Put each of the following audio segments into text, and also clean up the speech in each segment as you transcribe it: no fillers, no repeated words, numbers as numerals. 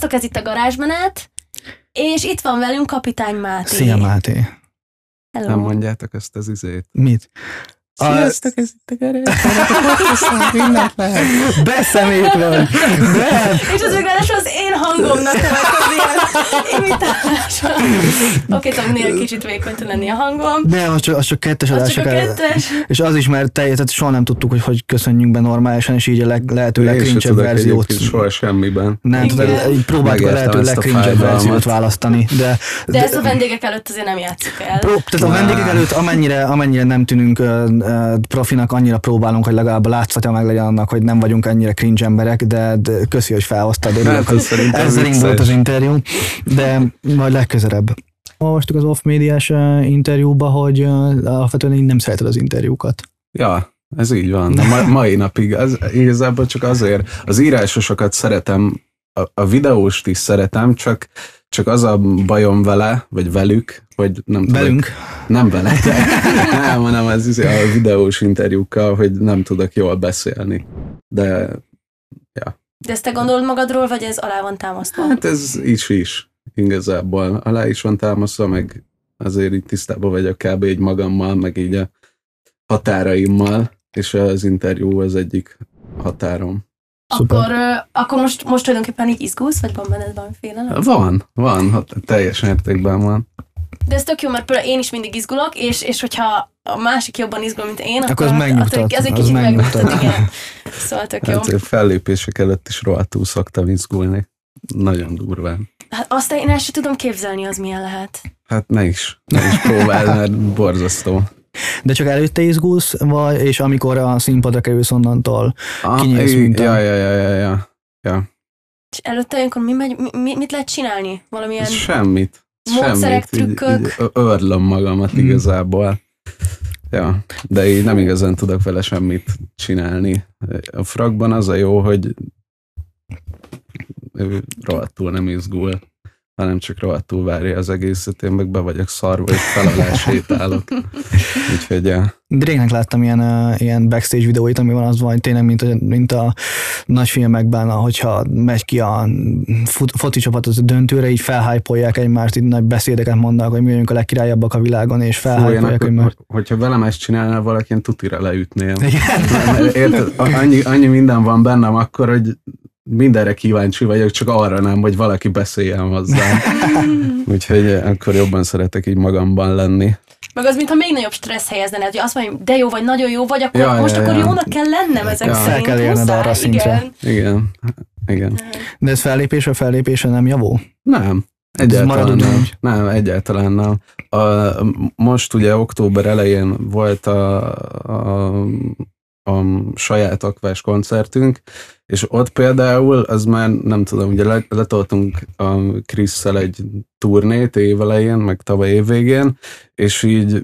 Sziasztok, ez itt a Garázsmenet, és itt van velünk Kapitány Máté. Szia, Máté. Hello. Nem mondjátok ezt az izét. Mit? Sziasztok, ez itt a Garázsmenet. Mindent lehet. Beszemétlen. És az ráadásul az én hangomnak volt az ilyen imitálása. Oké, tudom, minél kicsit vékony tud lenni a hangom. Nem, az csak kettes Az adás. csak a kettes. És az is, mert tehát soha nem tudtuk, hogy köszönjünk be normálisan, és így a lehető legcringe verziót. Soha semmiben. Nem, így próbáltuk a lehető legcringe verziót választani. De ezt a vendégek előtt azért nem játsszuk el. Tehát a vendégek előtt amennyire nem tűnünk profinak, annyira próbálunk, hogy legalább a látszatja meg legyen annak, hogy nem vagyunk ennyire cringe emberek, de köszi, hogy felhoztad. Ezzel volt az interjú, de majd legközelebb. Olvastuk az off-médiás interjúba, hogy alapvetően így nem szereted az interjúkat. Ja, ez így van. De mai napig igazából csak azért. Az írásosokat szeretem, a videóst is szeretem, csak az a bajom vele, vagy velük, hogy nem velünk. Nem vele, nem, hanem ez a videós interjúkkal, hogy nem tudok jól beszélni. De, ja. De ezt te gondolod magadról, vagy ez alá van támasztva? Hát ez is. Igazából alá is van támasztva, meg azért így tisztában vagyok kb. Így magammal, meg így a határaimmal, és az interjú az egyik határom. Akkor most tulajdonképpen így izgulsz, vagy van benned valami félelem? Van, teljes mértékben van. De ez tök jó, mert például én is mindig izgulok, és hogyha a másik jobban izgul, mint én, akkor az megnyugtat. Ez egy kicsit megnyugtat, igen. Szóval tök jó. Hát fellépések előtt is rohadtul szoktam izgulni. Nagyon durván. Hát azt én el sem tudom képzelni, az milyen lehet. Hát ne is próbáld, mert borzasztó. De csak előtte izgulsz, és amikor a színpadra kerülsz onnantól kinyílsz, mint Ja. És előtte olyankor mit lehet csinálni? Valamilyen Semmit. módszerek, trükkök? Így örlöm magamat igazából. Ja, de így nem igazán tudok vele semmit csinálni. A frakban az a jó, hogy rohadtul nem izgul, hanem csak rohadtul várja az egészet, én meg be vagyok szarva, és felalá sétálok. Úgyhogy ja. Régnek láttam ilyen backstage videóit, ami van az van, tényleg, mint a nagy filmekben, hogyha megy ki a foci csapat az a döntőre, így felhájpolják egymást, így nagy beszédeket mondanak, hogy mi vagyunk a legkirályabbak a világon, és felhájpolják egymást. Hogyha velem ezt csinálnál valaki, én tutira leütném. Érted? Annyi minden van bennem akkor, hogy mindenre kíváncsi vagyok, csak arra nem, hogy valaki beszéljen hozzá. Úgyhogy akkor jobban szeretek így magamban lenni. Meg az, mintha még nagyobb stressz helyezne, hogy azt mondja, de jó vagy, nagyon jó vagy, akkor akkor jónak kell lennem ezek szerint. Fel kell érned arra a szintre. Igen. De ez fellépésre nem javó? Nem. Egyáltalán nem. Most ugye október elején volt a saját akvás koncertünk, és ott például, az már nem tudom, ugye letoltunk a Krisszel egy turnét évelején, meg tavaly évvégén, és így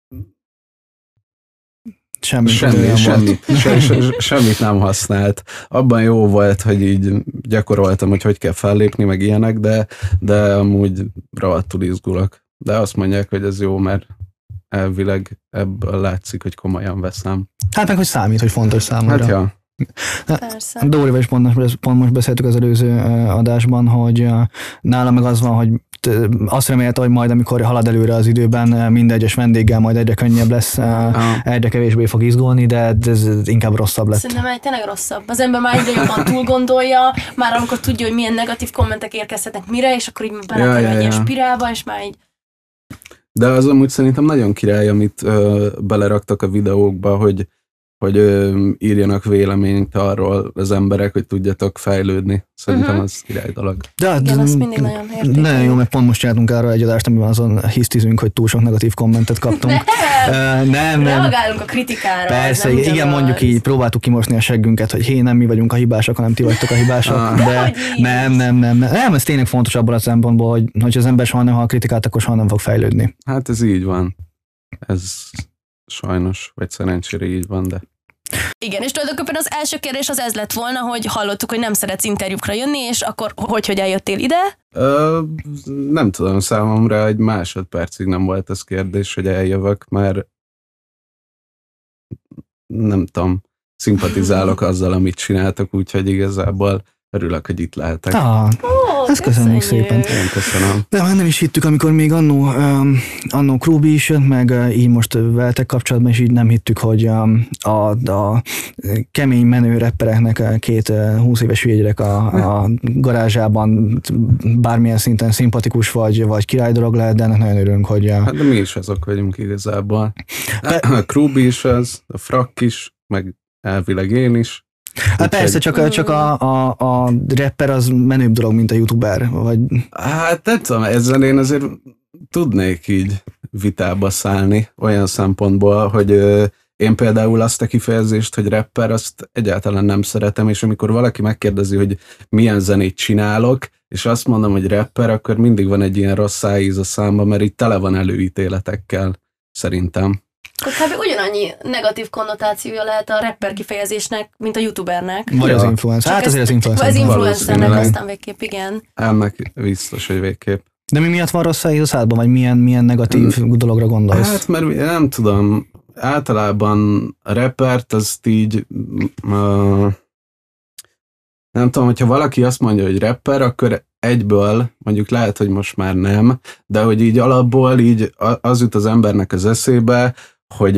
semmit nem használt. Abban jó volt, hogy így gyakoroltam, hogy kell fellépni, meg ilyenek, de amúgy rohadtul izgulok. De azt mondják, hogy ez jó, mert elvileg ebből látszik, hogy komolyan veszem. Hát meg, hogy számít, hogy fontos számomra. Hát ja. Persze. Dórival is pont most beszéltük az előző adásban, hogy nálam meg az van, hogy azt remélte, hogy majd, amikor halad előre az időben, minden egyes vendéggel majd egyre könnyebb lesz, egyre kevésbé fog izgulni, de ez inkább rosszabb lett. Szerintem tényleg rosszabb. Az ember már egyre jobban túl gondolja, már amikor tudja, hogy milyen negatív kommentek érkezhetnek mire, és akkor így belekerül egy ilyen spirálba, és már így... De az amúgy szerintem nagyon király, amit beleraktak a videókba, hogy írjanak véleményt arról az emberek, hogy tudjatok fejlődni. Szerintem az király dolog. Igen, azt mindig nagyon értékelem. Nagyon jó, mert pont most jártunk arra egy adást, amiben azon hisztizünk, hogy túl sok negatív kommentet kaptunk. Nem. Reagálunk a kritikára. Persze, igen, mondjuk így, próbáltuk kimosni a seggünket, hogy nem mi vagyunk a hibások, hanem ti vagytok a hibások. De nem, ez tényleg fontos abban a szempontból, hogy az ember soha nem hall kritikát, akkor soha nem fog fejlődni. Hát ez így van. Ez sajnos, vagy szerencsére így van, de... Igen, és tulajdonképpen az első kérdés az ez lett volna, hogy hallottuk, hogy nem szeretsz interjúkra jönni, és akkor hogy eljöttél ide? Nem tudom, számomra egy másodpercig nem volt ez kérdés, hogy eljövök, mert nem tudom, szimpatizálok azzal, amit csináltak, úgyhogy igazából örülök, hogy itt lehetek. Ezt köszönjük szépen. Én köszönöm. De már nem is hittük, amikor még annó Krúbi is jött, meg így most veletek kapcsolatban is így nem hittük, hogy a kemény menő rappereknek 2 20 éves hülye gyerek a garázsában bármilyen szinten szimpatikus vagy királydolog lehet, de ennek nagyon örülünk, hogy... Hát de mi is azok vagyunk igazából. A Krúbi is az, a Frak is, meg elvileg én is. Hát persze, csak a rapper az menőbb dolog, mint a youtuber, vagy... Hát nem tudom, ezzel én azért tudnék így vitába szállni olyan szempontból, hogy én például azt a kifejezést, hogy rapper, azt egyáltalán nem szeretem, és amikor valaki megkérdezi, hogy milyen zenét csinálok, és azt mondom, hogy rapper, akkor mindig van egy ilyen rossz szájíz a számba, mert itt tele van előítéletekkel, szerintem. Kb. Ugyanannyi negatív konnotációja lehet a rapper kifejezésnek, mint a youtubernek. Vagy az influencer. Hát azért az influencer. Az influencernek aztán végképp, igen. Ennek biztos, hogy végképp. De mi miatt van rossz szájíz a szádban, vagy milyen negatív dologra gondolsz? Hát, mert nem tudom, általában a rappert azt így, nem tudom, hogyha valaki azt mondja, hogy rapper, akkor egyből, mondjuk lehet, hogy most már nem, de hogy így alapból így az jut az embernek az eszébe, hogy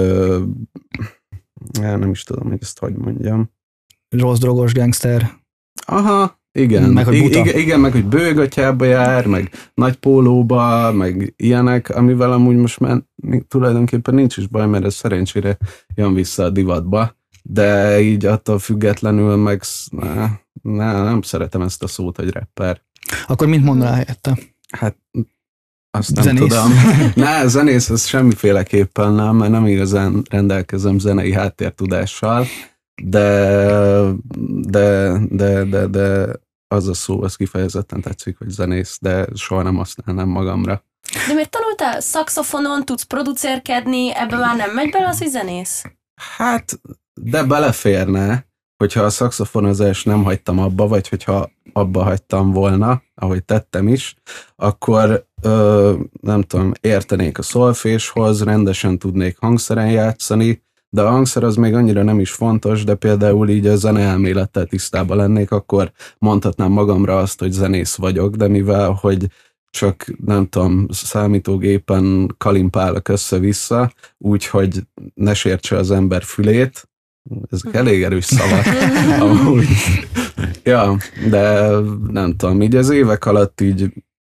nem is tudom, hogy ezt hogy mondjam. Rossz drogos gangster. Aha, igen. Meg, hogy buta. Igen, meg hogy bőgatyába jár, meg nagy pólóba, meg ilyenek, amivel amúgy most már tulajdonképpen nincs is baj, mert ez szerencsére jön vissza a divatba, de így attól függetlenül meg nem szeretem ezt a szót, hogy rapper. Akkor mit mondanál helyette? Hát azt nem zenész? tudom. Zenész, az semmiféleképpen nem, mert nem igazán rendelkezem zenei háttértudással, de az a szó, az kifejezetten tetszik, hogy zenész, de soha nem használnám magamra. De miért tanultál szaxofonon, tudsz producerkedni, ebben már nem megy bele az, hogy zenész? Hát, de beleférne, hogyha a szaxofonozást nem hagytam abba, vagy hogyha abba hagytam volna, ahogy tettem is, akkor nem tudom, értenék a szolféshoz, rendesen tudnék hangszeren játszani, de a hangszer az még annyira nem is fontos, de például így a zeneelmélettel tisztában lennék, akkor mondhatnám magamra azt, hogy zenész vagyok, de mivel, hogy csak nem tudom, számítógépen kalimpálok össze-vissza, úgyhogy ne sértse az ember fülét, ezek elég erős szavak, amúgy. Ja, de nem tudom, így az évek alatt így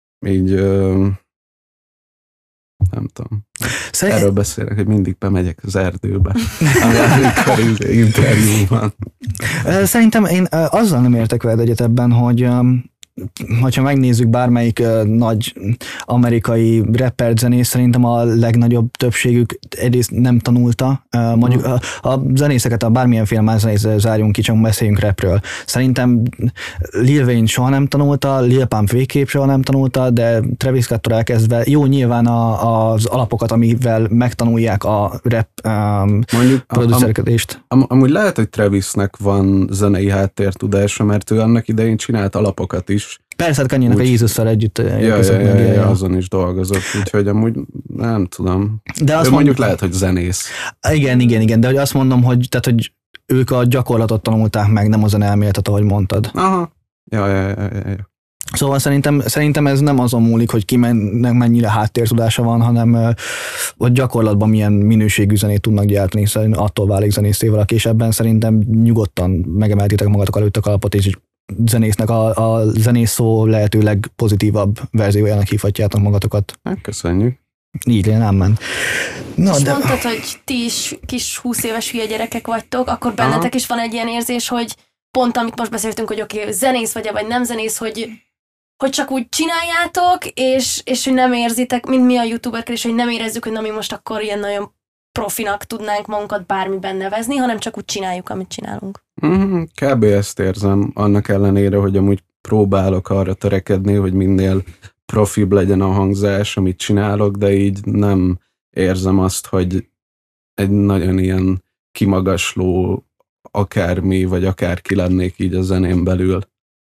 nem tudom. Erről beszélek, hogy mindig bemegyek az erdőbe, amikor interjú van. Szerintem én azzal nem értek veled egyet ebben, hogy ha megnézzük bármelyik nagy amerikai rapper zenész, szerintem a legnagyobb többségük egyrészt nem tanulta. Mondjuk a zenészeket, a bármilyenféle más zenész zárjunk ki, csak beszéljünk rapről. Szerintem Lil Wayne soha nem tanulta, Lil Pump végképp soha nem tanulta, de Travis Scott-tól elkezdve jó nyilván az alapokat, amivel megtanulják a rap producerkedést. Amúgy lehet, hogy Travisnek van zenei háttértudása, mert ő annak idején csinált alapokat is. Persze, hát Kanyenek a Jézusszal együtt azon is dolgozott, úgyhogy amúgy nem tudom. De azt mondjuk lehet, hogy zenész. Igen, de hogy azt mondom, hogy ők a gyakorlatot tanulták meg, nem az elméletet, ahogy mondtad. Aha. Ja. Szóval szerintem ez nem azon múlik, hogy kinek mennyire háttértudása van, hanem hogy gyakorlatban milyen minőségű zenét tudnak gyártani, hiszen attól válik zenészé valaki, és ebben szerintem nyugodtan megemeltitek magatok előtt a kalapot, és zenésznek a zenész szó lehetőleg pozitívabb verziójának hívhatjátok magatokat. Köszönjük. Így nem ment. És mondtad, hogy ti is kis 20 éves hülye gyerekek vagytok, akkor bennetek is van egy ilyen érzés, hogy pont amit most beszéltünk, hogy oké, zenész vagy nem zenész, hogy csak úgy csináljátok, és hogy nem érzitek, mint mi a youtuberkel, és hogy nem érezzük, hogy na mi most akkor ilyen nagyon profinak tudnánk magunkat bármiben nevezni, hanem csak úgy csináljuk, amit csinálunk. Kb. Ezt érzem, annak ellenére, hogy amúgy próbálok arra törekedni, hogy minél profibb legyen a hangzás, amit csinálok, de így nem érzem azt, hogy egy nagyon ilyen kimagasló akármi, vagy akárki lennék így a zenén belül.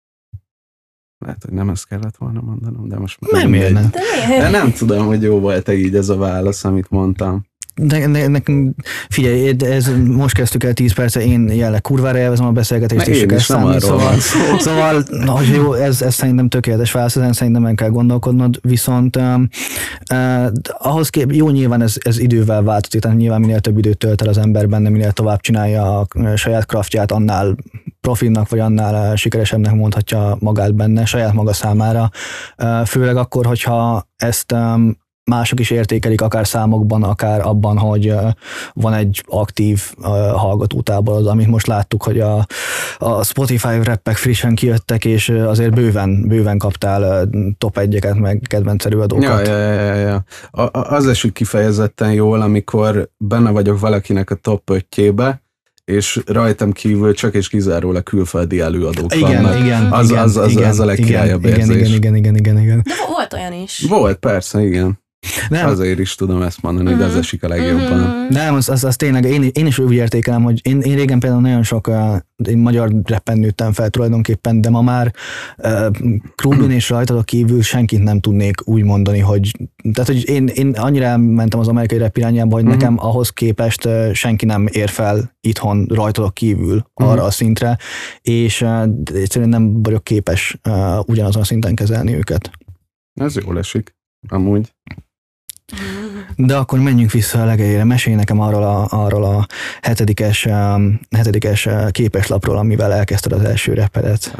Lehet, hogy nem ezt kellett volna mondanom, de most már nem érne. De nem tudom, hogy jó volt-e így ez a válasz, amit mondtam. Nekünk, figyelj, most kezdtük el 10 perce, én jelenleg kurvára elvezem a beszélgetést, és csak ezt számít, szóval jó, ez szerintem tökéletes válasz, ezen szerintem nem kell gondolkodnod, viszont ahhoz jó, nyilván ez idővel változik, tehát nyilván minél több időt tölt el az ember benne, minél tovább csinálja a saját craftját, annál profinnak, vagy annál sikeresebbnek mondhatja magát benne, saját maga számára, főleg akkor, hogyha ezt mások is értékelik, akár számokban, akár abban, hogy van egy aktív hallgatótábor, amit most láttuk, hogy a Spotify rappek frissen kijöttek, és azért bőven kaptál top 1-eket, meg kedvenc előadókat. Ja. Az esik kifejezetten jól, amikor benne vagyok valakinek a top 5-jébe, és rajtam kívül csak és kizárólag külföldi előadók vannak. Igen, az a legkirályabb érzés. Igen. De volt olyan is. Volt, persze, igen. Nem. Azért is tudom ezt mondani, de ez esik a legjobban. Nem, az tényleg, én is úgy értékelem, hogy én régen például nagyon sok magyar rappen nőttem fel tulajdonképpen, de ma már Krúbin és rajtadok kívül senkit nem tudnék úgy mondani, hogy én annyira elmentem az amerikai rap irányába, hogy nekem ahhoz képest senki nem ér fel itthon rajtadok kívül arra a szintre, és egyszerűen nem vagyok képes ugyanazon a szinten kezelni őket. Ez jól esik, amúgy. De akkor menjünk vissza a legejére. Mesélj nekem arról a hetedikes képeslapról, amivel elkezdted az első rappedet.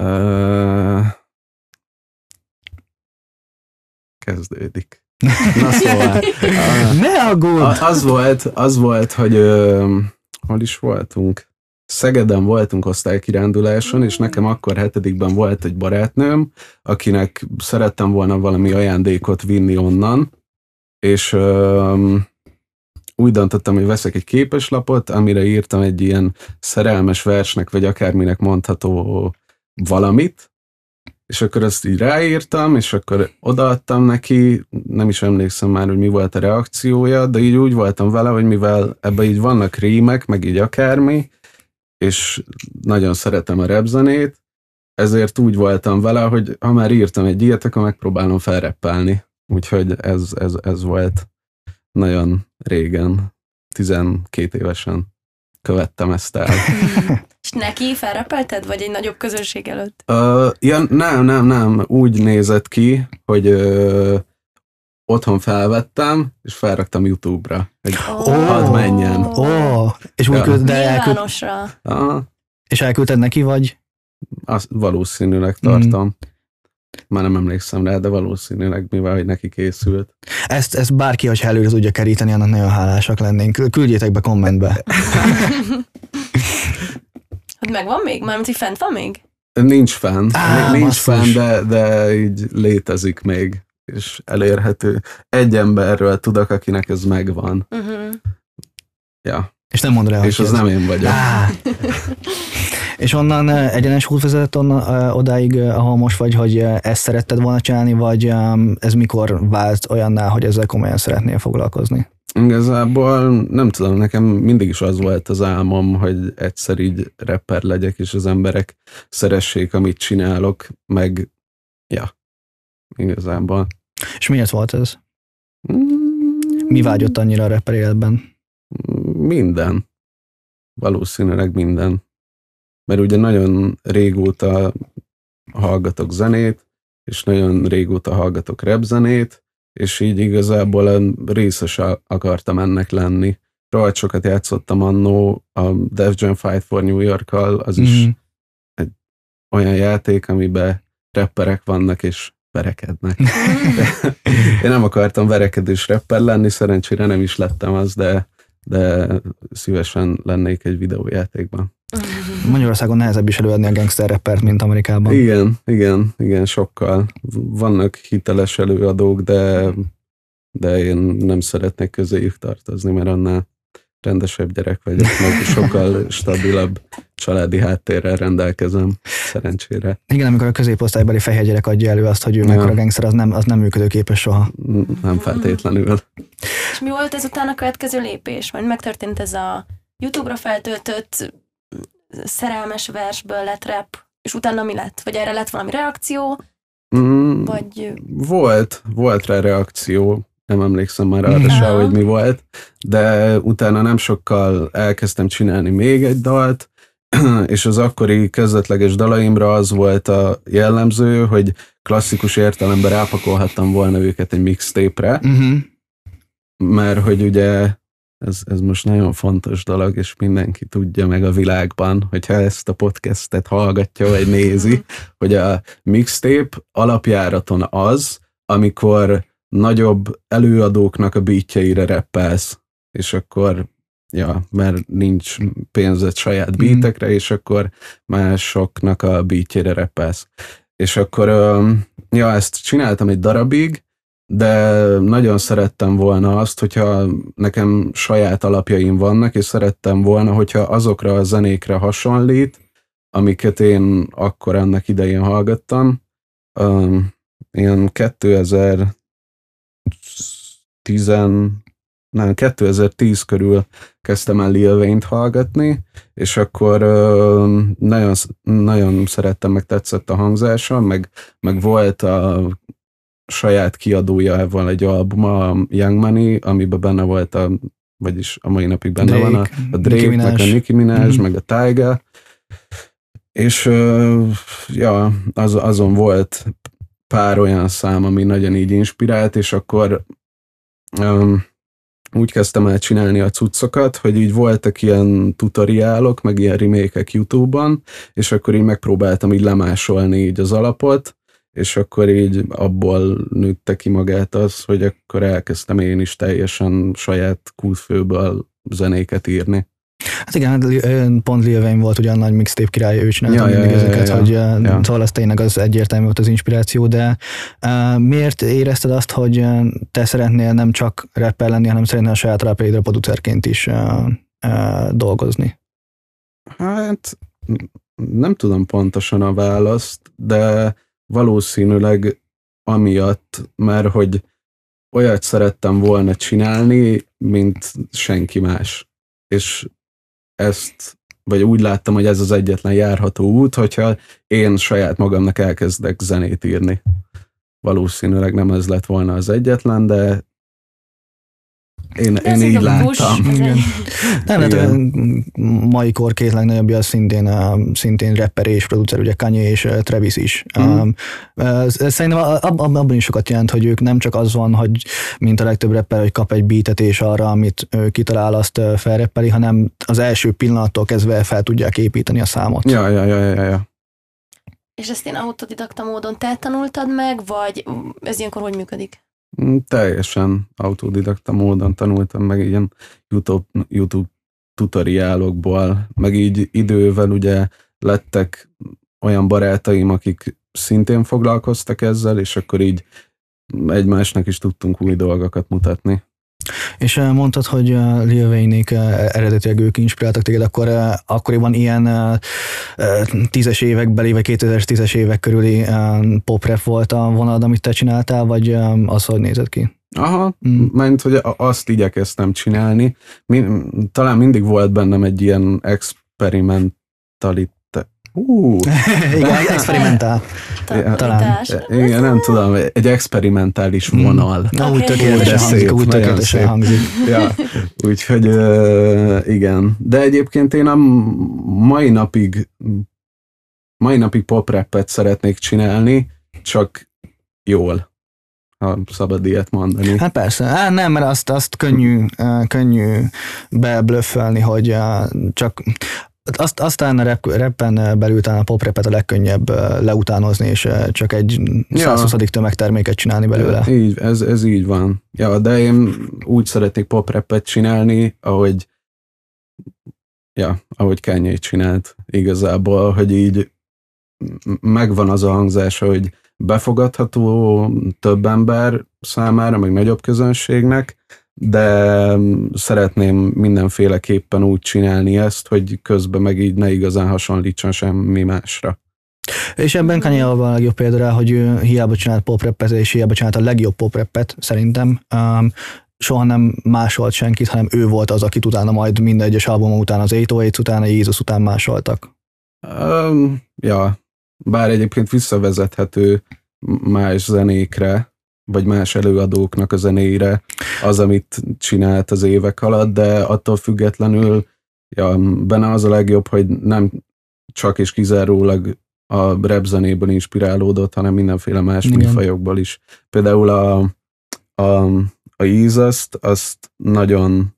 Kezdődik. Na szóval. Ne aggódj! Az volt, hogy hol is voltunk? Szegeden voltunk osztálykiránduláson, és nekem akkor 7-ben volt egy barátnőm, akinek szerettem volna valami ajándékot vinni onnan, és úgy döntöttem, hogy veszek egy képeslapot, amire írtam egy ilyen szerelmes versnek, vagy akárminek mondható valamit, és akkor azt így ráírtam, és akkor odaadtam neki, nem is emlékszem már, hogy mi volt a reakciója, de így úgy voltam vele, hogy mivel ebben így vannak rímek, meg így akármi, és nagyon szeretem a rapzenét, ezért úgy voltam vele, hogy ha már írtam egy ilyet, akkor megpróbálom felreppelni. Úgyhogy ez volt nagyon régen, 12 évesen követtem ezt el. És neki felreppelted, vagy egy nagyobb közönség előtt? Nem. Úgy nézett ki, hogy otthon felvettem, és felraktam YouTube-ra, hogy hadd menjen. És úgy nyilvánosra. És elküldted neki, vagy? Azt valószínűleg tartom. Már nem emlékszem rá, de valószínűleg, mivel hogy neki készült. Ezt bárki, hogyha előre tudja keríteni, annak nagyon hálásak lennénk. Küldjétek be kommentbe. Hát megvan még? Mármint, hogy fent van még? Nincs fent. Nincs fent, de így létezik még, és elérhető. Egy emberről tudok, akinek ez megvan. Ja. És nem mond rá, és az nem én vagyok. És onnan egyenes út vezetett odáig, ahol most vagy, hogy ezt szeretted volna csinálni, vagy ez mikor vált olyanná, hogy ezzel komolyan szeretnél foglalkozni? Igazából nem tudom, nekem mindig is az volt az álmom, hogy egyszer így rapper legyek, és az emberek szeressék, amit csinálok, meg igazából. És miért volt ez? Mi vágyott annyira a rapper életben? Minden. Valószínűleg minden. Mert ugye nagyon régóta hallgatok zenét, és nagyon régóta hallgatok rapzenét, és így igazából részes akartam ennek lenni. Rohadt sokat játszottam annó a Def Jam Fight for New York-kal, az is egy olyan játék, amiben rapperek vannak, és verekednek. Én nem akartam verekedős rapper lenni, szerencsére nem is lettem az, de szívesen lennék egy videójátékban. Magyarországon nehezebb is előadni a gangster rappert, mint Amerikában. Igen, sokkal. Vannak hiteles előadók, de én nem szeretnék közéjük tartozni, mert annál rendesebb gyerek vagyok, meg sokkal stabilabb családi háttérrel rendelkezem, szerencsére. Igen, amikor a középosztálybeli fehér gyerek adja elő azt, hogy ő mekkora gangster, az nem működőképes soha. Nem feltétlenül. És mi volt ezután a következő lépés? Majd megtörtént ez a YouTube-ra feltöltött szerelmes versből lett rap, és utána mi lett? Vagy erre lett valami reakció? Vagy... Volt rá reakció. nem emlékszem már arra se, hogy mi volt, de utána nem sokkal elkezdtem csinálni még egy dalt, és az akkori kezdetleges dalaimra az volt a jellemző, hogy klasszikus értelemben rápakolhattam volna őket egy mixtape-re, mert hogy ugye ez most nagyon fontos dolog, és mindenki tudja meg a világban, hogyha ezt a podcastet hallgatja, vagy nézi, hogy a mixtape alapjáraton az, amikor nagyobb előadóknak a beatjeire rappelsz, és akkor, mert nincs pénzed saját beatekre, és akkor másoknak a beatjére rappelsz. És akkor, ezt csináltam egy darabig, de nagyon szerettem volna azt, hogyha nekem saját alapjaim vannak, és szerettem volna, hogyha azokra a zenékre hasonlít, amiket én akkor annak idején hallgattam. Ilyen 2010 körül kezdtem el Lil Wayne-t hallgatni, és akkor nagyon, nagyon szerettem, meg tetszett a hangzása, meg volt a saját kiadójával egy albuma, a Young Money, amiben benne volt vagyis a mai napig benne van a Drake, meg a Nicki Minaj, meg a Tyga, és azon volt pár olyan szám, ami nagyon így inspirált, és akkor úgy kezdtem el csinálni a cuccokat, hogy így voltak ilyen tutoriálok, meg ilyen remake-ek YouTube-on, és akkor így megpróbáltam így lemásolni így az alapot, és akkor így abból nőtte ki magát az, hogy akkor elkezdtem én is teljesen saját kútfőből zenéket írni. Hát igen, pont Lil Wayne volt ugyan nagy mixtape király, ő csinálta mindig ezeket, hogy szóval ez tényleg az egyértelmű volt az inspiráció, de miért érezted azt, hogy te szeretnél nem csak rapper lenni, hanem szeretnél a saját rappeidre producerként is dolgozni? Hát nem tudom pontosan a választ, de valószínűleg amiatt, mert hogy olyat szerettem volna csinálni, mint senki más. És vagy úgy láttam, hogy ez az egyetlen járható út, hogyha én saját magamnak elkezdek zenét írni. Valószínűleg nem ez lett volna az egyetlen, de én így láttam. Nem, hát mai kor két legnagyobbja az szintén rapper és producer, ugye Kanye és Travis is. Szerintem abban is sokat jelent, hogy ők nem csak az van, hogy mint a legtöbb rapper, hogy kap egy beatet és arra, amit ő kitalál, azt felreppeli, hanem az első pillanattól kezdve fel tudják építeni a számot. Ja. És ezt én autodidakta módon te tanultad meg, vagy ez ilyenkor hogy működik? Teljesen autodidakta módon tanultam meg ilyen YouTube tutoriálokból, meg így idővel ugye lettek olyan barátaim, akik szintén foglalkoztak ezzel, és akkor így egymásnak is tudtunk új dolgokat mutatni. És mondtad, hogy Lil Wayne-nék eredetileg ők inspiráltak téged, akkor akkoriban ilyen 10-es évekbeli, vagy 2010-es évek körüli pop-rap volt a vonalad, amit te csináltál, vagy az hogy nézett ki? Aha, mert hogy azt igyekeztem csinálni. Talán mindig volt bennem egy ilyen igen, experimentál. Talán. Igen, nem tudom, egy experimentális vonal. Úgy tökéletesen hangzik. Ja, úgyhogy igen. De egyébként én a mai napig pop-rappet szeretnék csinálni, csak jól, ha szabad ilyet mondani. Hát persze, nem, mert azt könnyű beblöffelni, hogy csak aztán a rappen belül talán a pop-rapet a legkönnyebb leutánozni, és csak egy 120. tömegterméket csinálni belőle. Így, ez így van. Ja, de én úgy szeretnék pop-rapet csinálni, ahogy Kanye csinált igazából, hogy így megvan az a hangzása, hogy befogadható több ember számára, meg nagyobb közönségnek, de szeretném mindenféleképpen úgy csinálni ezt, hogy közben meg így ne igazán hasonlítson semmi másra. És ebben Kanye a legjobb példa rá, hogy ő hiába csinált pop-rappet, és hiába csinált a legjobb pop-rappet, szerintem. Soha nem másolt senkit, hanem ő volt az, akit utána majd minden egyes album után, az 808 után, a Jézus után másoltak. Bár egyébként visszavezethető más zenékre, vagy más előadóknak a zenéire az, amit csinált az évek alatt, de attól függetlenül benne az a legjobb, hogy nem csak és kizárólag a rap zenéből inspirálódott, hanem mindenféle más műfajokból is. Például a Jesus-t, azt nagyon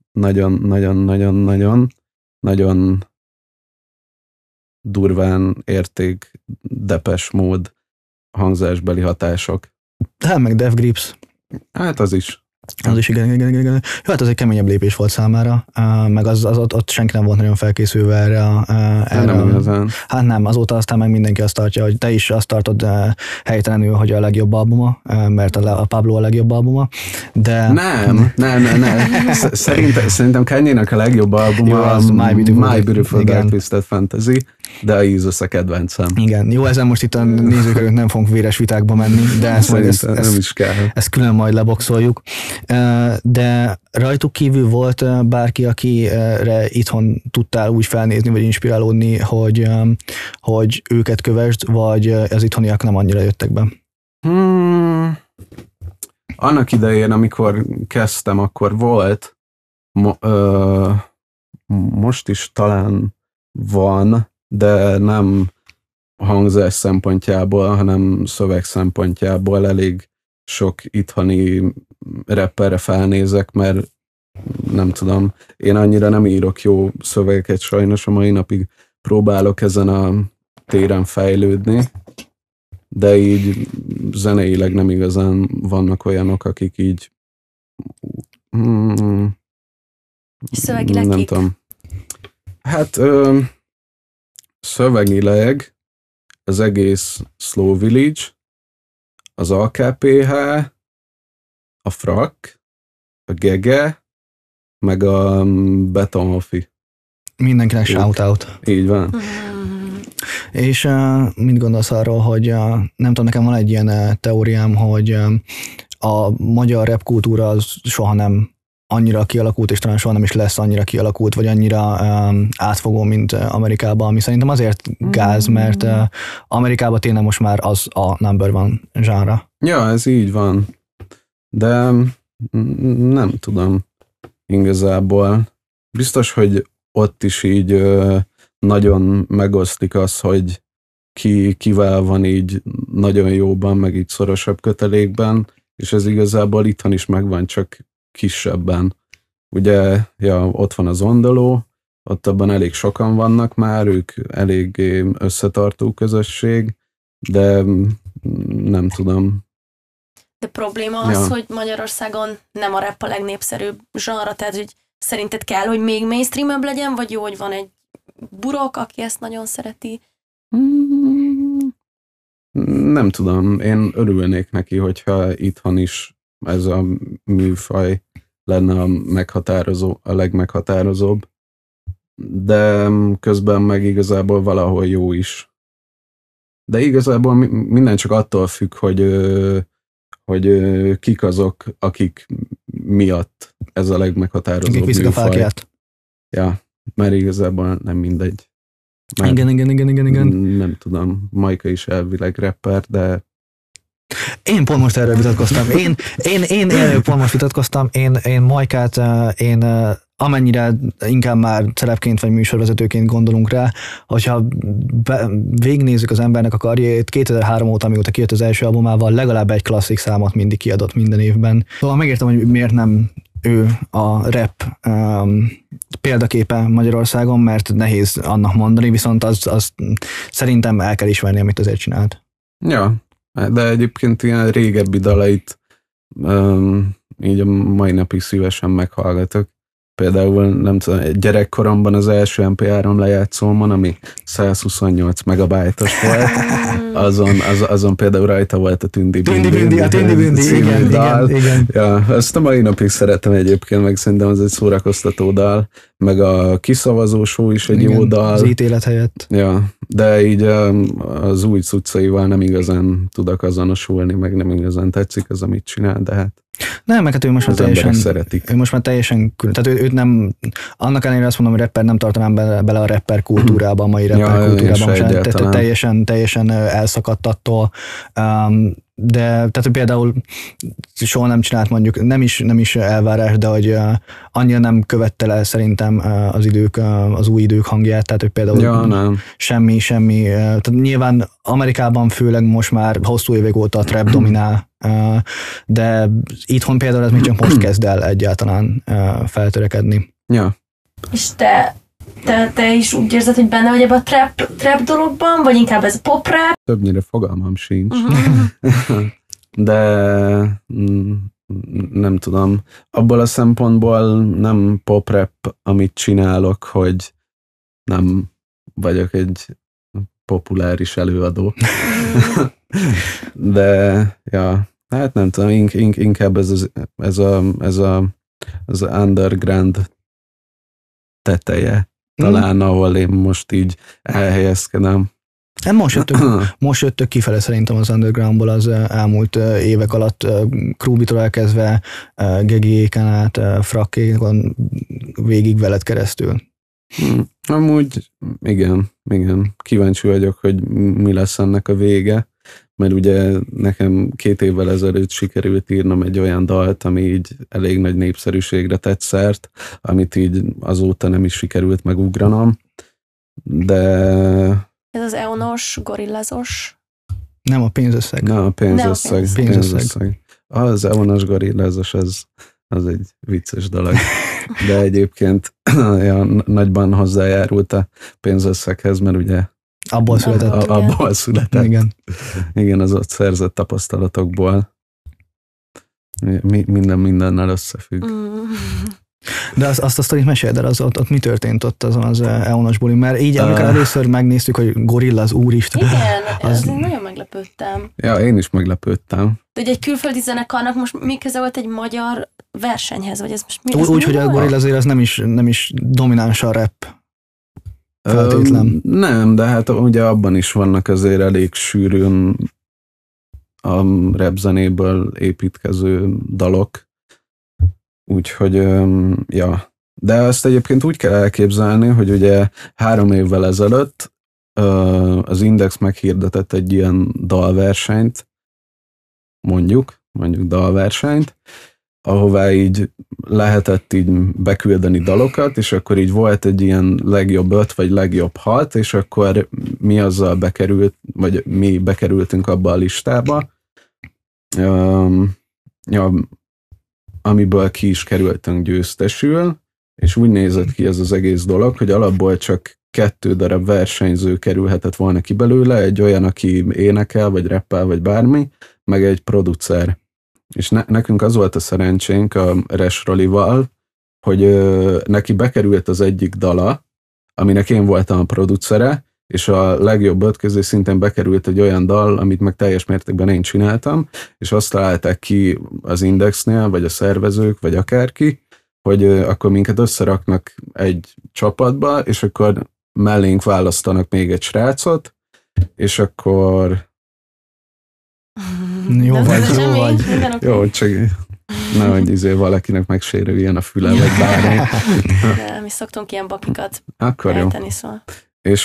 durván érték Depeche Mode hangzásbeli hatások. Hát meg Death Grips. Hát az is. Az is igen. Hát az egy keményebb lépés volt számára, meg az ott senki nem volt nagyon felkészülve erre. Nem igazán. Hát nem, azóta aztán meg mindenki azt tartja, hogy te is azt tartod helytelenül, hogy a legjobb albuma, mert a Pablo a legjobb albuma, de... Nem. Szerintem Kanye-nek a legjobb albuma az My Beautiful Dark Twisted Fantasy, de a Jesus a kedvencem. Igen, jó, ezen most itt a nézők előtt nem fogunk véres vitákba menni, de nem is kell. Ezt külön majd leboxoljuk. De rajtuk kívül volt bárki, akire itthon tudtál úgy felnézni, vagy inspirálódni, hogy őket kövesd, vagy az itthoniak nem annyira jöttek be? Annak idején, amikor kezdtem, akkor volt, most is talán van, de nem hangzás szempontjából, hanem szöveg szempontjából elég sok itthoni rapperre felnézek, mert nem tudom, én annyira nem írok jó szövegeket sajnos, a mai napig próbálok ezen a téren fejlődni, de így zeneileg nem igazán vannak olyanok, akik így szövegileg nem tudom. Hát szövegileg az egész Slow Village, az AKPH, a Frak, a Gege, meg a Betonhofi. Mindenkinek shout-out. Így van. És mit gondolsz arról, hogy nem tudom, nekem van egy ilyen teóriám, hogy a magyar rap kultúra az soha nem annyira kialakult, és talán soha nem is lesz annyira kialakult, vagy annyira átfogó, mint Amerikában, ami szerintem azért gáz, mert Amerikában tényleg most már az a number one zsára. Ja, ez így van. De nem tudom igazából. Biztos, hogy ott is így nagyon megoszlik az, hogy kivel van így nagyon jóban, meg így szorosabb kötelékben, és ez igazából itthon is megvan, csak kisebben. Ugye, ott van az Ondoló, ott abban elég sokan vannak már, ők eléggé összetartó közösség, de nem tudom. De probléma az, hogy Magyarországon nem a rap a legnépszerűbb zsanra, tehát hogy szerinted kell, hogy még mainstreamebb legyen, vagy jó, hogy van egy burok, aki ezt nagyon szereti? Nem tudom, én örülnék neki, hogyha itthon is ez a műfaj lenne a legmeghatározóbb, de közben meg igazából valahol jó is. De igazából minden csak attól függ, hogy kik azok, akik miatt ez a legmeghatározóbb műfaj. A fákját. Ja, mert igazából nem mindegy. Igen. Nem tudom, Majka is elvileg rapper, de én pont most erről vitatkoztam. Én pont most vitatkoztam. Én Majkát, amennyire inkább már szerepként vagy műsorvezetőként gondolunk rá, hogyha végignézzük az embernek a karrierjét, 2003 óta, amióta kijött az első albumával, legalább egy klasszik számot mindig kiadott minden évben. Szóval megértem, hogy miért nem ő a rap példaképe Magyarországon, mert nehéz annak mondani, viszont az szerintem el kell ismerni, amit azért csinált. Ja, de egyébként ilyen régebbi dalait így a mai napig szívesen meghallgatok. Például nem tudom, gyerekkoromban az első MP3 lejátszómon, ami 128 megabájtos volt, azon például rajta volt a Tündi Bindi. Igen. Ja, azt a mai napig szeretem egyébként, meg szerintem az egy szórakoztató dal, meg a Kiszavazó Show is egy jó dal. Az ítélet helyett. Ja, de így az új cuccaival nem igazán tudok azonosulni, meg nem igazán tetszik az, amit csinál, de hát nem, meg hát ő most már teljesen szeretik. Ő most már teljesen tehát őt nem, annak ellenére azt mondom, hogy rapper nem tartanám bele a rapper kultúrába, a mai rapper kultúrában sem. Tehát teljesen elszakadt attól. tehát például soha nem csinált mondjuk, nem is elvárás, de hogy annyira nem követte le szerintem az új idők hangját, tehát hogy például semmi, tehát nyilván Amerikában főleg most már hosszú évek óta a trap dominál, de itthon például ez még csak most kezd el egyáltalán feltörekedni. Ja. És te is úgy érzed, hogy benne vagy ebben a trap dologban, vagy inkább ez a pop rap? Többnyire fogalmam sincs. De nem tudom. Abból a szempontból nem pop rap, amit csinálok, hogy nem vagyok egy populáris előadó. De ja, hát nem tudom, inkább ez az underground teteje talán, ahol én most így elhelyezkedem. Most jöttök kifele szerintem az undergroundból az elmúlt évek alatt, Krúbitól elkezdve, Gegiéken át, Frakkékon végig veled keresztül. Amúgy igen. Kíváncsi vagyok, hogy mi lesz ennek a vége, mert ugye nekem 2 évvel ezelőtt sikerült írnom egy olyan dalt, ami így elég nagy népszerűségre tett szert, amit így azóta nem is sikerült megugranom, de... Ez az EON-os, gorillázos? Nem, a pénzösszeg. Nem, a pénzösszeg. Az EON-os gorillázos, az egy vicces dolog. De egyébként nagyban hozzájárult a pénzösszeghez, mert ugye abból született. Igen, az ott szerzett tapasztalatokból. Mindennel összefügg. De azt a sztorit meséld el, ott mi történt ott azon az EON-os bulin? Mert így, amikor először megnéztük, hogy gorilla az úristen. Igen, az nagyon meglepődtem. Ja, én is meglepődtem. De ugye egy külföldi zenekarnak most mi köze volt egy magyar versenyhez, vagy ez most mi? Úgy, hogy a gorilla azért az nem is domináns a rap. Nem, de hát ugye abban is vannak azért elég sűrűn a rap zenéből építkező dalok. Úgyhogy, ja. De ezt egyébként úgy kell elképzelni, hogy ugye 3 évvel ezelőtt az Index meghirdetett egy ilyen dalversenyt, mondjuk dalversenyt, ahová így lehetett így beküldeni dalokat, és akkor így volt egy ilyen legjobb 5 vagy legjobb 6, és akkor mi azzal vagy mi bekerültünk abba a listába, amiből ki is kerültünk győztesül, és úgy nézett ki ez az egész dolog, hogy alapból csak 2 darab versenyző kerülhetett volna ki belőle, egy olyan, aki énekel, vagy rappel, vagy bármi, meg egy producer. És nekünk az volt a szerencsénk a Res Rolival, hogy neki bekerült az egyik dala, aminek én voltam a producere, és a legjobb 5 közé szintén bekerült egy olyan dal, amit meg teljes mértékben én csináltam, és azt találták ki az Indexnél, vagy a szervezők, vagy akárki, hogy akkor minket összeraknak egy csapatba, és akkor mellénk választanak még egy srácot, és akkor... Jó vagy. Jó, csak nehogy valakinek megsérüljen a füle, vagy bármi. De mi szoktunk ilyen bakikat akkor eltenni, szóval. És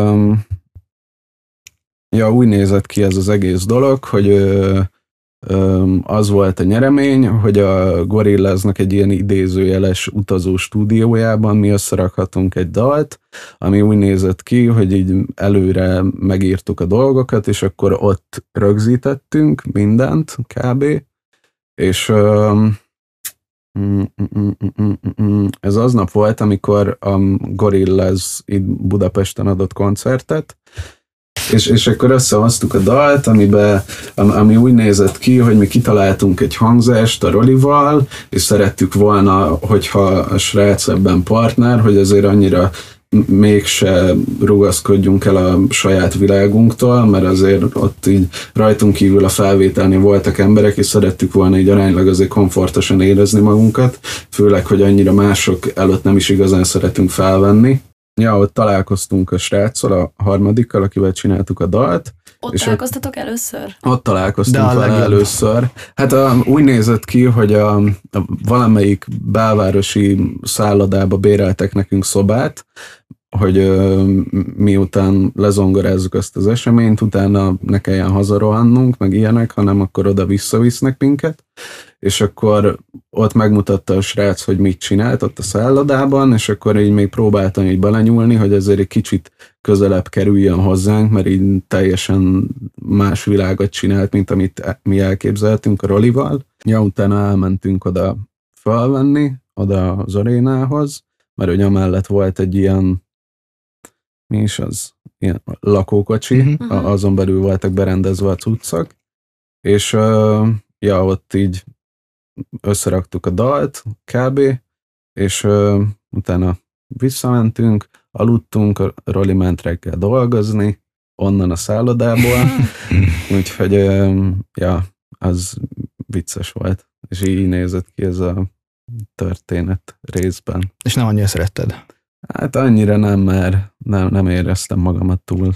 úgy nézett ki ez az egész dolog, hogy az volt a nyeremény, hogy a Gorillaznak egy ilyen idézőjeles utazó stúdiójában mi összerakhatunk egy dalt, ami úgy nézett ki, hogy így előre megírtuk a dolgokat, és akkor ott rögzítettünk mindent kb. És ez aznap volt, amikor a Gorillaz itt Budapesten adott koncertet, és akkor összehoztuk a dalt, ami úgy nézett ki, hogy mi kitaláltunk egy hangzást a Rolival, és szerettük volna, hogyha a srác ebben partner, hogy azért annyira mégse rugaszkodjunk el a saját világunktól, mert azért ott így rajtunk kívül a felvételnél voltak emberek, és szerettük volna így aránylag azért komfortosan érezni magunkat, főleg, hogy annyira mások előtt nem is igazán szeretünk felvenni. Ja, ott találkoztunk a sráccal, a harmadikkal, akivel csináltuk a dalt. Ott találkoztatok először? Ott találkoztunk vele először. Hát úgy nézett ki, hogy a valamelyik belvárosi szállodába béreltek nekünk szobát, hogy miután lezongorázzuk ezt az eseményt, utána ne kelljen hazarohannunk, meg ilyenek, hanem akkor oda visszavisznek minket, és akkor ott megmutatta a srác, hogy mit csinált ott a szállodában, és akkor így még próbáltam így belenyúlni, hogy ezért egy kicsit közelebb kerüljön hozzánk, mert így teljesen más világot csinált, mint amit mi elképzeltünk a Rolival. Ja, utána elmentünk oda felvenni, oda az arénához, mert ugye amellett volt egy ilyen, mi is az, ilyen lakókocsi, azon belül voltak berendezve a cuccok, és ja, ott így összeraktuk a dalt, kb., és utána visszamentünk, aludtunk, a Roli ment reggel dolgozni, onnan a szállodából, úgyhogy ja, az vicces volt, és így nézett ki ez a történet részben. És nem annyira szeretted? Hát annyira nem, mert nem éreztem magamat túl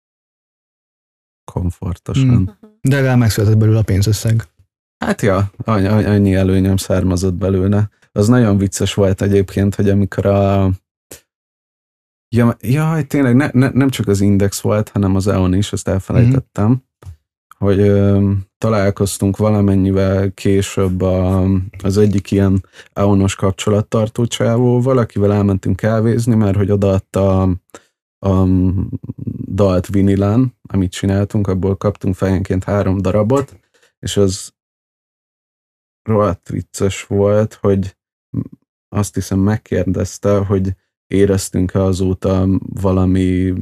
komfortosan. De legalább megszületett belőle a pénzösszeg. Hát ja, annyi előnyöm származott belőle. Az nagyon vicces volt egyébként, hogy amikor ja, tényleg nem csak az Index volt, hanem az EON is, ezt elfelejtettem, hogy találkoztunk valamennyivel később az egyik ilyen EON-os kapcsolattartó csávóval, akivel elmentünk kávézni, mert hogy odaadta a dalt vinilán, amit csináltunk, abból kaptunk fejenként 3 darabot, és az rohadt vicces volt, hogy azt hiszem megkérdezte, hogy éreztünk-e azóta valami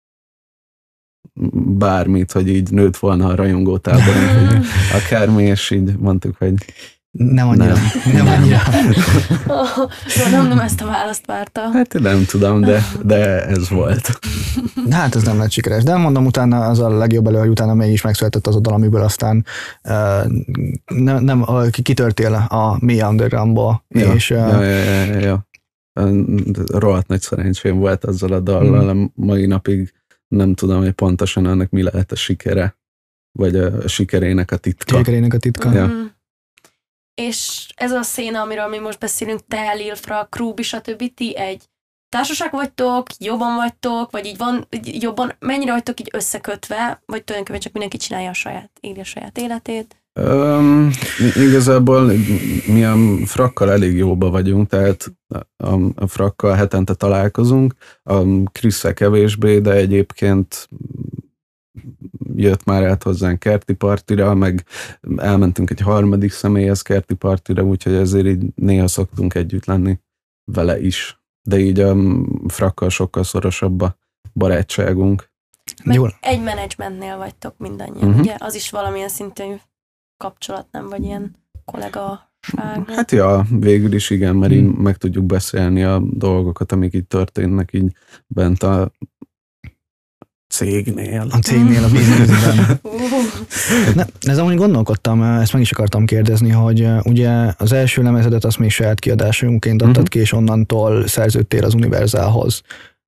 bármit, hogy így nőtt volna a rajongótáborunk, hogy akármi, és így mondtuk, hogy nem annyira. Nem ezt a választ várta. Hát nem tudom, de ez volt. Hát ez nem lett sikeres. De mondom, utána az a legjobb elő, hogy utána mégis megszületett az a dal, amiből aztán kitörtél a mély undergroundba. Ja, és, ja. Rohadt nagy szerencsém volt azzal a dallal, a mai napig nem tudom, hogy pontosan ennek mi lehet a sikere, vagy a sikerének a titka. Ja. És ez a széna, amiről mi most beszélünk, te, Lil Fra, Krúbi, stb. Ti egy társaság vagytok, jobban vagytok, vagy így van, jobban, mennyire vagytok így összekötve, vagy tulajdonképpen csak mindenki csinálja éli a saját életét? Igazából mi a Frakkal elég jóba vagyunk, tehát a Frakkal hetente találkozunk, a Krisszel kevésbé, de egyébként jött már át hozzánk kerti partira, meg elmentünk egy harmadik személyhez kerti partira, úgyhogy ezért így néha szoktunk együtt lenni vele is. De így a Frakkal sokkal szorosabb a barátságunk. Meg egy menedzsmentnél vagytok mindannyian, ugye? Az is valamilyen szintű kapcsolat, nem? Vagy ilyen kollegaság? Hát ja, végül is igen, mert így meg tudjuk beszélni a dolgokat, amik így történnek így bent a cégnél. A cégnél, a bizniszben. Ez amúgy gondolkodtam, ezt meg is akartam kérdezni, hogy ugye az első lemezedet azt még saját kiadásunként adtad ki, és onnantól szerződtél az Universalhoz.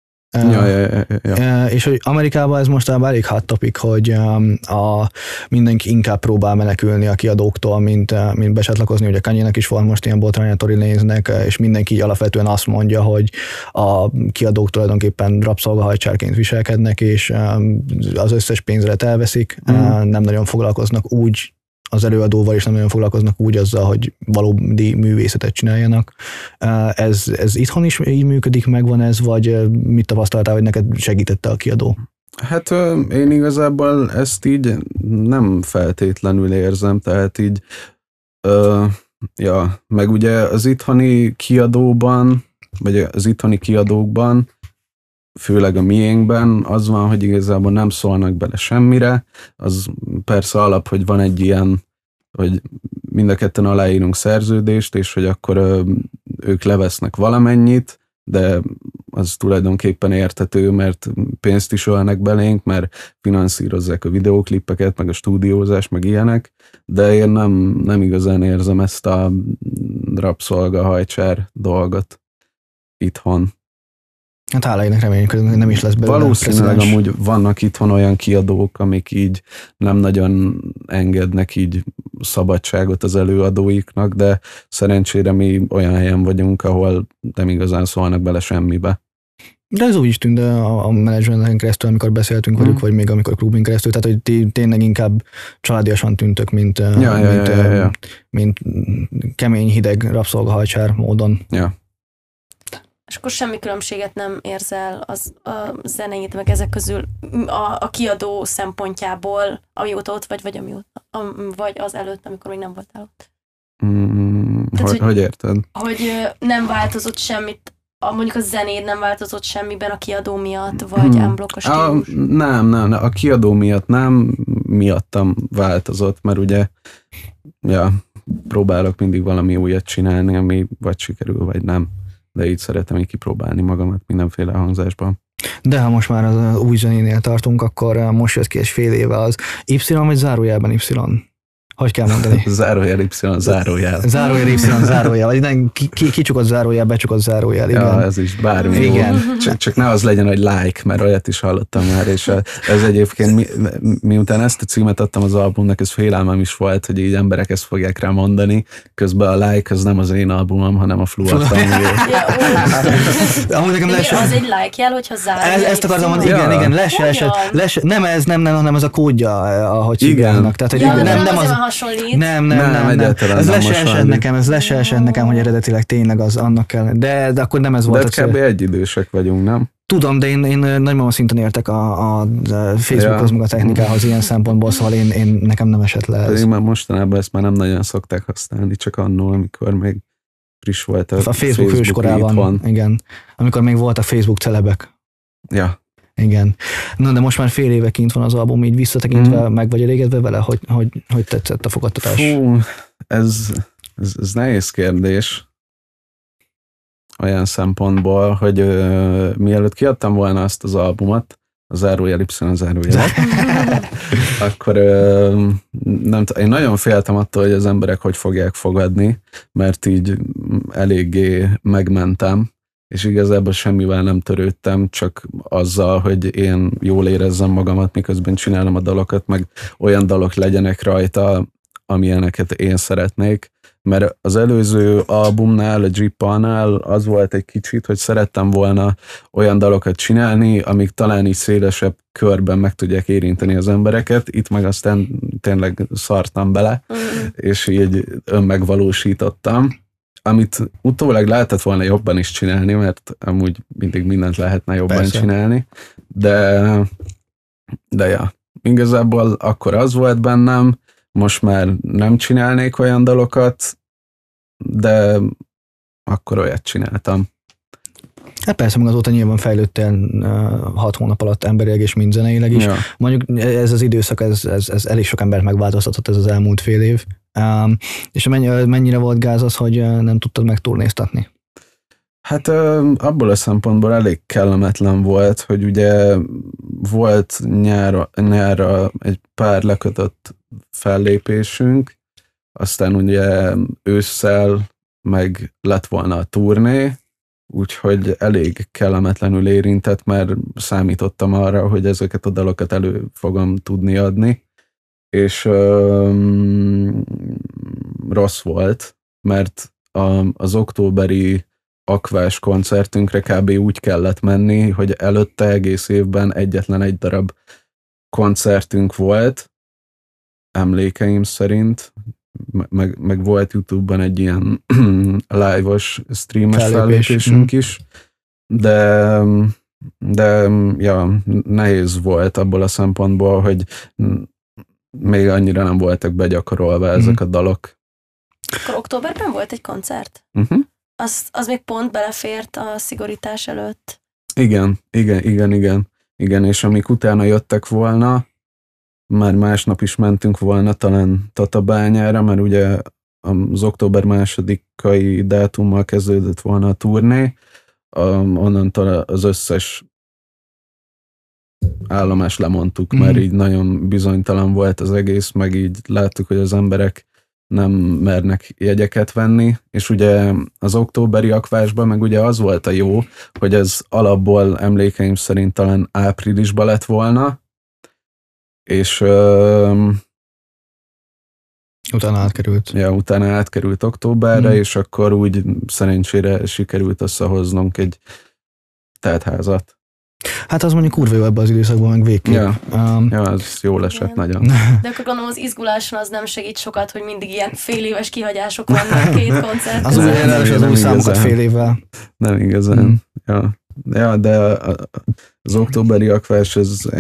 Ja. És hogy Amerikában ez mostában elég hot topic, hogy mindenki inkább próbál menekülni a kiadóktól, mint becsatlakozni. Ugye Kanye-nek is volt most ilyen botránya, Tory Lanez-nek, és mindenki így alapvetően azt mondja, hogy a kiadók tulajdonképpen rabszolgahajcsárként viselkednek, és az összes pénzret elveszik, nem nagyon foglalkoznak úgy az előadóval, és nem nagyon foglalkoznak úgy azzal, hogy valódi művészetet csináljanak. Ez itthon is így működik, megvan ez, vagy mit tapasztaltál, hogy neked segítette a kiadó? Hát én igazából ezt így nem feltétlenül érzem, tehát így meg ugye az itthoni kiadóban, vagy az itthoni kiadókban, főleg a miénkben az van, hogy igazából nem szólnak bele semmire. Az persze alap, hogy van egy ilyen, hogy mind a ketten aláírunk szerződést, és hogy akkor ők levesznek valamennyit, de az tulajdonképpen érthető, mert pénzt is ölnek belénk, mert finanszírozzák a videóklippeket, meg a stúdiózás, meg ilyenek, de én nem igazán érzem ezt a rabszolgahajcsár dolgot itthon. Hát hála ének, reméljük, hogy nem is lesz belőle. Valószínűleg amúgy vannak itthon olyan kiadók, amik így nem nagyon engednek így szabadságot az előadóiknak, de szerencsére mi olyan helyen vagyunk, ahol nem igazán szólnak bele semmibe. De ez úgy is tűnt a menedzsmenten keresztül, amikor beszéltünk velük, vagy még amikor klubin keresztül, tehát hogy tényleg inkább családiasan tűntök, mint kemény, hideg rabszolgahajcsár módon. Ja. És akkor semmi különbséget nem érzel a zenéid, meg ezek közül a kiadó szempontjából, amióta ott vagy az előtt, amikor még nem voltál ott. Tehát, hogy érted? Hogy nem változott semmit, mondjuk a zenéd nem változott semmiben a kiadó miatt, vagy unblock a stílus? Nem, a kiadó miatt nem, miattam változott, mert ugye próbálok mindig valami újat csinálni, ami vagy sikerül, vagy nem. De így szeretem így kipróbálni magamat mindenféle hangzásban. De ha most már az új zenénél tartunk, akkor most jött ki egy fél éve az Y vagy zárójelben Y? Hogy kell mondani? Zárójel Y, zárójel. Zárójel Y, zárójel. Vagy nem, kicsukott zárójel, becsukott zárójel. Igen. Ja, ez is bármi. Igen. Csak ne az legyen, hogy like, mert olyat is hallottam már, és ez egyébként, miután ezt a címet adtam az albumnak, ez félelmem is volt, hogy így emberek ezt fogják rá mondani, közben a like az nem az én albumom, hanem a Fluattam. Az egy like jel, hogyha zárójel. Ezt akartam mondani, igen, nem ez, hanem ez a kódja, ahogy hívják. Tehát, nem az hasonlít. Nem, egyáltalán ez le se esett nekem, hogy eredetileg tényleg az annak kell. De akkor nem ez volt. De kb. Egyidősek vagyunk, nem? Tudom, de én nagymama szinten értek a Facebookhoz, meg a technikához ilyen szempontból, szóval nekem nem esett le ez. Én már mostanában ezt már nem nagyon szokták használni, csak annól, amikor még friss volt a Facebook hőskorában. Igen. Amikor még volt a Facebook celebek. Ja. Igen. Na, de most már fél éve kint van az album, így visszatekintve meg vagy elégedve vele, hogy tetszett a fogadtatás? Fú, ez nehéz kérdés olyan szempontból, hogy mielőtt kiadtam volna azt az albumot, a zárójel Y zárójel, akkor nem én nagyon féltem attól, hogy az emberek hogy fogják fogadni, mert így eléggé megmentem, és igazából semmivel nem törődtem, csak azzal, hogy én jól érezzem magamat, miközben csinálom a dalokat, meg olyan dalok legyenek rajta, amilyeneket én szeretnék. Mert az előző albumnál, a Jippa-nál az volt egy kicsit, hogy szerettem volna olyan dalokat csinálni, amik talán így szélesebb körben meg tudják érinteni az embereket. Itt meg aztán tényleg szartam bele, és így önmegvalósítottam. Amit utólag lehetett volna jobban is csinálni, mert amúgy mindig mindent lehetne jobban csinálni, de ja, igazából akkor az volt bennem, most már nem csinálnék olyan dalokat, de akkor olyat csináltam. Hát persze, meg azóta nyilván fejlődtél 6 hónap alatt emberileg és mind zeneileg is. Ja. Mondjuk ez az időszak, ez elég sok embert megváltoztatott ez az elmúlt fél év. És mennyire volt gáz az, hogy nem tudtad megturnéztatni? Hát abból a szempontból elég kellemetlen volt, hogy ugye volt nyárra egy pár lekötött fellépésünk, aztán ugye ősszel meg lett volna a turné, úgyhogy elég kellemetlenül érintett, mert számítottam arra, hogy ezeket a dalokat elő fogom tudni adni, és rossz volt, mert az októberi Akvás koncertünkre kb. Úgy kellett menni, hogy előtte egész évben egyetlen egy darab koncertünk volt, emlékeim szerint, meg volt YouTube-ban egy ilyen live-os streames fellépésünk is, de ja, nehéz volt abból a szempontból, hogy még annyira nem voltak begyakorolva ezek a dalok. Akkor októberben volt egy koncert? Az még pont belefért a szigorítás előtt. Igen, és amik utána jöttek volna, már másnap is mentünk volna talán Tatabányára, mert ugye az október 2-ai dátummal kezdődött volna a turné, onnantól az összes állomást lemondtuk, mert így nagyon bizonytalan volt az egész, meg így láttuk, hogy az emberek nem mernek jegyeket venni, és ugye az októberi Akvásban meg ugye az volt a jó, hogy ez alapból emlékeim szerint talán áprilisban lett volna, és utána átkerült. Ja, utána átkerült októberre, és akkor úgy szerencsére sikerült összehoznunk egy teltházat. Hát az mondjuk kurva jó ebben az időszakban, meg végképp. Ja, az jól esett nagyon. De akkor gondolom az izguláson az nem segít sokat, hogy mindig ilyen fél éves kihagyások vannak két koncert között. Az olyan az új számokat fél évvel. Nem igazán. Ja, de az októberi Aquash az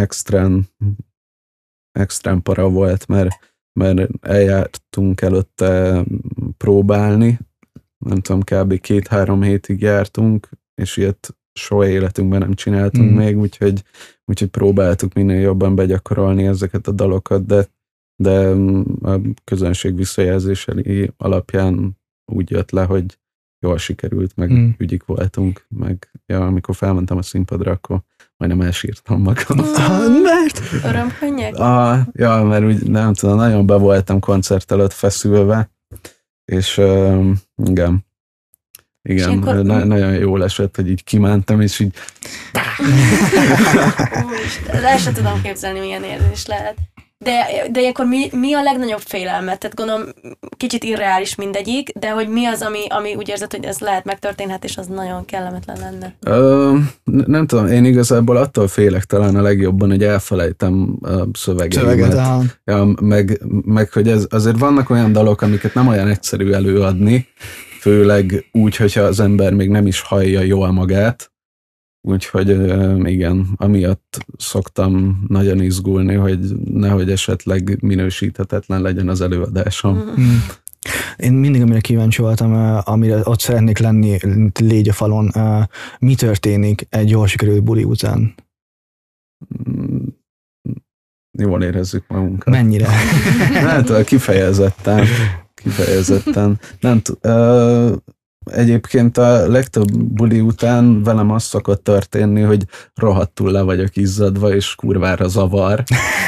extrém para volt, mert eljártunk előtte próbálni, nem tudom, kb. 2-3 hétig jártunk, és ilyet soha életünkben nem csináltunk még, úgyhogy próbáltuk minél jobban begyakorolni ezeket a dalokat, de a közönség visszajelzései alapján úgy jött le, hogy jól sikerült, meg ügyik voltunk, meg amikor felmentem a színpadra, akkor majdnem elsírtam magam. Mert? Örömkönnyek? Ja, mert úgy nem tudom, nagyon be voltam koncert előtt feszülve, és igen, akkor... nagyon jól esett, hogy így kimentem, és így... El sem tudom képzelni, milyen érzés lehet. De ilyenkor mi a legnagyobb félelmet? Tehát gondolom, kicsit irreális mindegyik, de hogy mi az, ami úgy érzed, hogy ez lehet megtörténhet, és az nagyon kellemetlen lenne? Nem tudom, én igazából attól félek talán a legjobban, hogy elfelejtem a szöveget. Ja, meg hogy azért vannak olyan dalok, amiket nem olyan egyszerű előadni, főleg úgy, hogyha az ember még nem is hallja jól magát. Úgyhogy igen, amiatt szoktam nagyon izgulni, hogy nehogy esetleg minősíthetetlen legyen az előadásom. Én mindig, amire kíváncsi voltam, amire ott szeretnék lenni légy a falon, mi történik egy jól sikerült buli után? Jól érezzük magunkat. Mennyire? Hát kifejezetten. Nem Egyébként a legtöbb buli után velem az szokott történni, hogy rohadtul le vagyok izzadva, és kurvára zavar.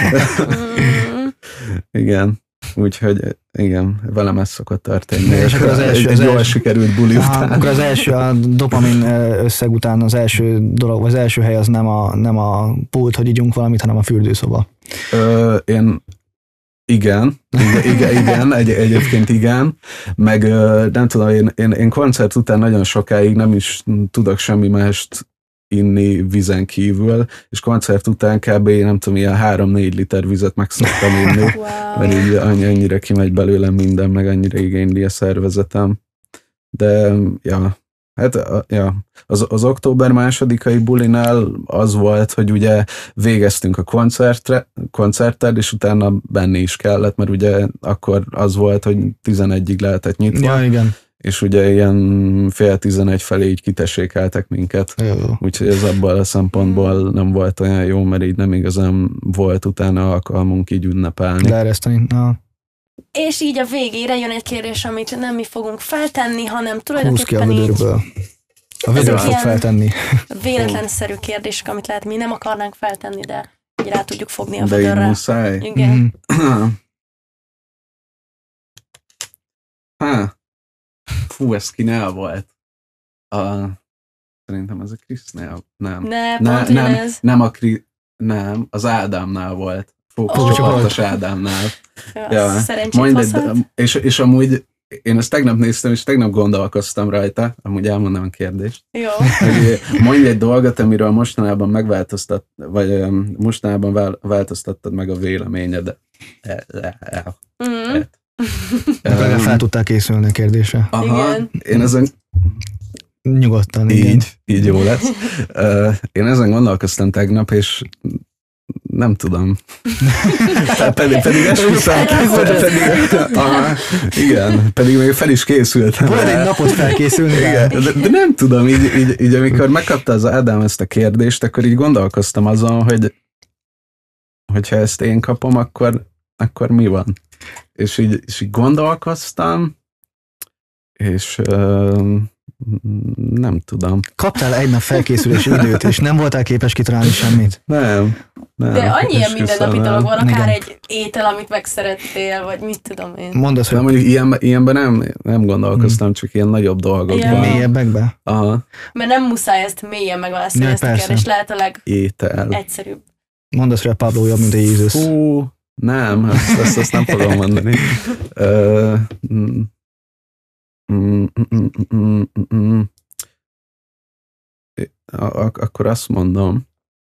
Igen. Úgyhogy igen, velem ez szokott történni. És akkor egy jól sikerült buli után. Akkor az első, a dopamin összeg után az első dolog, az első hely az nem a pult, hogy ígyunk valamit, hanem a fürdőszoba. Igen, egyébként igen, meg nem tudom, én koncert után nagyon sokáig nem is tudok semmi mást inni vizen kívül, és koncert után kb. Nem tudom, ilyen 3-4 liter vizet meg szoktam inni, wow. Mert így annyira kimegy belőlem minden, meg annyira igényli a szervezetem. De ja, hát ja, az október másodikai bulinál az volt, hogy ugye végeztünk a koncerttel, és utána benni is kellett, mert ugye akkor az volt, hogy 11-ig lehetett nyitva. Ja, igen. És ugye ilyen 10:30 felé így kitessékeltek minket. Úgyhogy ez abban a szempontból nem volt olyan jó, mert így nem igazán volt utána alkalmunk így ünnepelni. Leereszteni. És így a végére jön egy kérdés, amit nem mi fogunk feltenni, hanem tulajdonképpen így... A vödör fog feltenni. Véletlenszerű kérdések, amit lehet mi nem akarnánk feltenni, de így rá tudjuk fogni a vödörre. De így muszáj. Igen. Fú, ez kinél volt? Szerintem ez a Krisznél. Nem. Nem, az Ádámnál volt. Fókuszcsoportos Ádámnál. Ja. Szerencsét és amúgy én ezt tegnap néztem, és tegnap gondolkoztam rajta, amúgy elmondom a kérdést. Jó. Mondj egy dolgot, amiről mostanában változtattad meg a véleményed. Fel tudtál készülni a kérdésre. Aha, igen. Én ezen... Nyugodtan, így jó lesz. Én ezen gondolkoztam tegnap, és nem tudom. pedig esküszöm. Igen, pedig még fel is készültem. Volt egy napot felkészülni. De nem tudom, így amikor megkapta az Ádám ezt a kérdést, akkor így gondolkoztam azon, hogyha ezt én kapom, akkor mi van? És így gondolkoztam, és nem tudom. Kaptál egy nap felkészülési időt, és nem voltál képes kitalálni semmit? Nem. De annyi ilyen mindennapi dolog van, akár egy étel, amit megszerettél, vagy mit tudom én. Mondd azt, hogy... Mondjuk ilyenben nem gondolkoztam, csak ilyen nagyobb dolgokban. Mélyebbekbe? Aha. Mert nem muszáj ezt mélyen megválaszolni, ezt a kérdést, lehet a legegyszerűbb. Mondd azt, hogy a Pablo jobb, mint a Jézus. Nem, ezt nem fogom mondani. akkor azt mondom,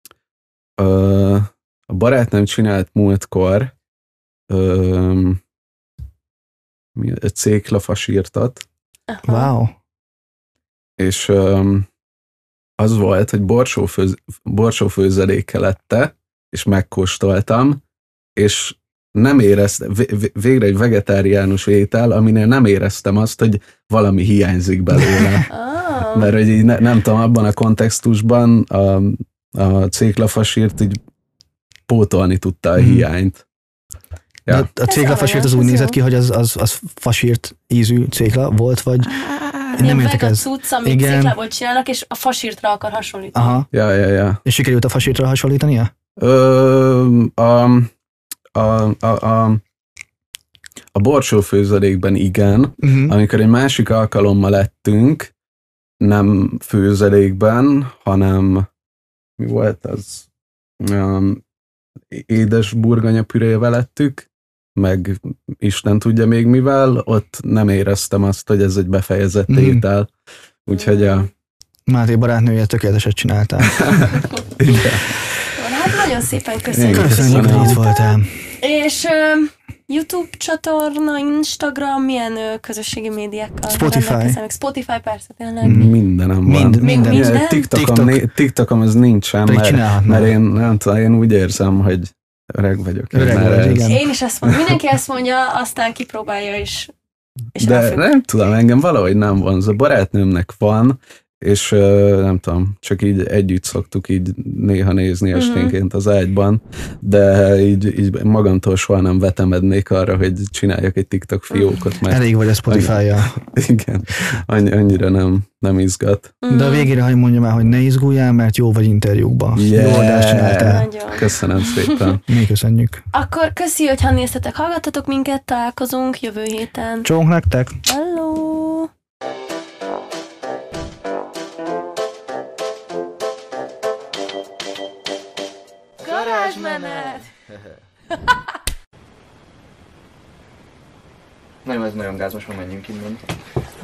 a barátnőm csinált múltkor egy céklafasírtat. Wow. És az volt, hogy borsófőzelékkel lette, és megkóstoltam, és nem éreztem, végre egy vegetáriánus étel, aminél nem éreztem azt, hogy valami hiányzik belőle. Mert hogy így nem tudom, abban a kontextusban a céklafasírt így pótolni tudta a hiányt. Ja. A céklafasírt az úgy nézett ki, hogy az fasírt ízű cékla volt, vagy nem értek ez. Cucc, amit céklából csinálnak, és a fasírtra akar hasonlítani. Aha. Ja. És sikerült a fasírtra hasonlítania? A borsófőzelékben igen, amikor egy másik alkalommal ettünk, nem főzelékben, hanem mi volt az? Édes burgonyapürével ettük, meg Isten tudja még mivel, ott nem éreztem azt, hogy ez egy befejezett étel. Úgyhogy a... Máté barátnője tökéleteset csináltál. Hát nagyon szépen köszönjük. Köszönjük, hogy itt voltál. És YouTube csatorna, Instagram, milyen közösségi médiákkal? Spotify persze, tényleg. Mindenem van. Minden? TikTokom az nincsen, mert én nem tudom, én úgy érzem, hogy öreg vagyok. Igen. Én is ezt mondom. Mindenki ezt mondja, aztán kipróbálja is. De nem tudom, engem valahogy nem vonz. A barátnőmnek van, és nem tudom, csak így együtt szoktuk így néha nézni esténként az ágyban, de így magamtól soha nem vetemednék arra, hogy csináljak egy TikTok fiókot. Mert elég vagy a Spotify-jal. Igen, annyira nem izgat. De a végére, hogy mondjam el, hogy ne izguljál, mert jó vagy interjúkban. Jó adást csináltál. Köszönöm szépen. Mi köszönjük. Akkor köszi, hogyha néztetek, hallgattatok minket, találkozunk jövő héten. Csók nektek! Hello! Garázsmenet! Nem, ez nagyon gáz, most már menjünk innen.